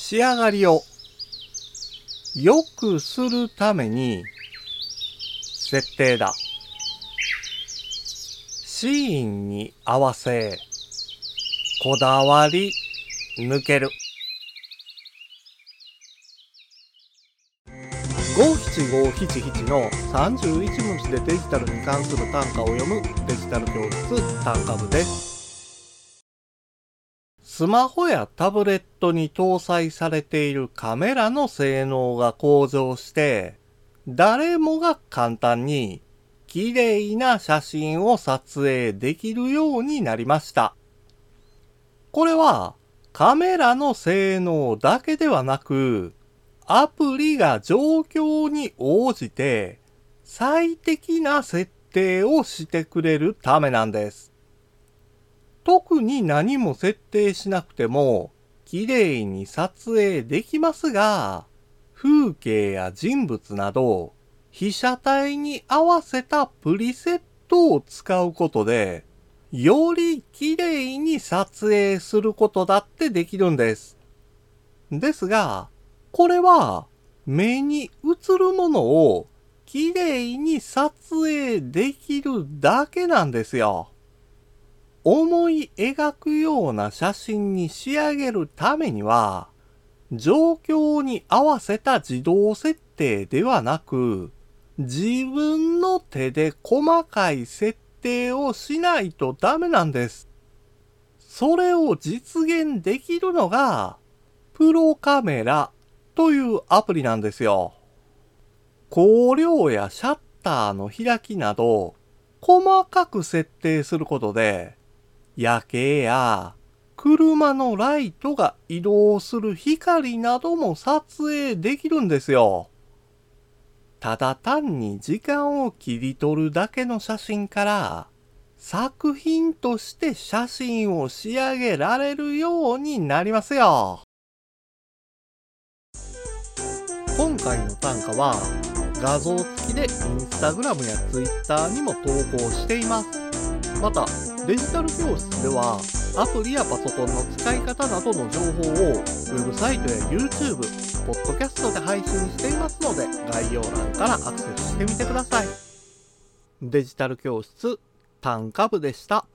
仕上がりを良くするために設定だ。シーンに合わせこだわり抜ける。五七五七七の31文字でデジタルに関する単価を読むデジタル教室単価部です。スマホやタブレットに搭載されているカメラの性能が向上して、誰もが簡単に綺麗な写真を撮影できるようになりました。これはカメラの性能だけではなく、アプリが状況に応じて最適な設定をしてくれるためなんです。特に何も設定しなくても綺麗に撮影できますが、風景や人物など被写体に合わせたプリセットを使うことで、より綺麗に撮影することだってできるんです。ですが、これは目に映るものを綺麗に撮影できるだけなんですよ。思い描くような写真に仕上げるためには、状況に合わせた自動設定ではなく、自分の手で細かい設定をしないとダメなんです。それを実現できるのが、プロカメラというアプリなんですよ。光量やシャッターの開きなど、細かく設定することで、夜景や車のライトが移動する光なども撮影できるんですよ。ただ単に時間を切り取るだけの写真から作品として写真を仕上げられるようになりますよ。今回の単価は画像付きでインスタグラムやツイッターにも投稿しています。またデジタル教室ではアプリやパソコンの使い方などの情報をウェブサイトや YouTube、ポッドキャストで配信していますので、概要欄からアクセスしてみてください。デジタル教室単価部でした。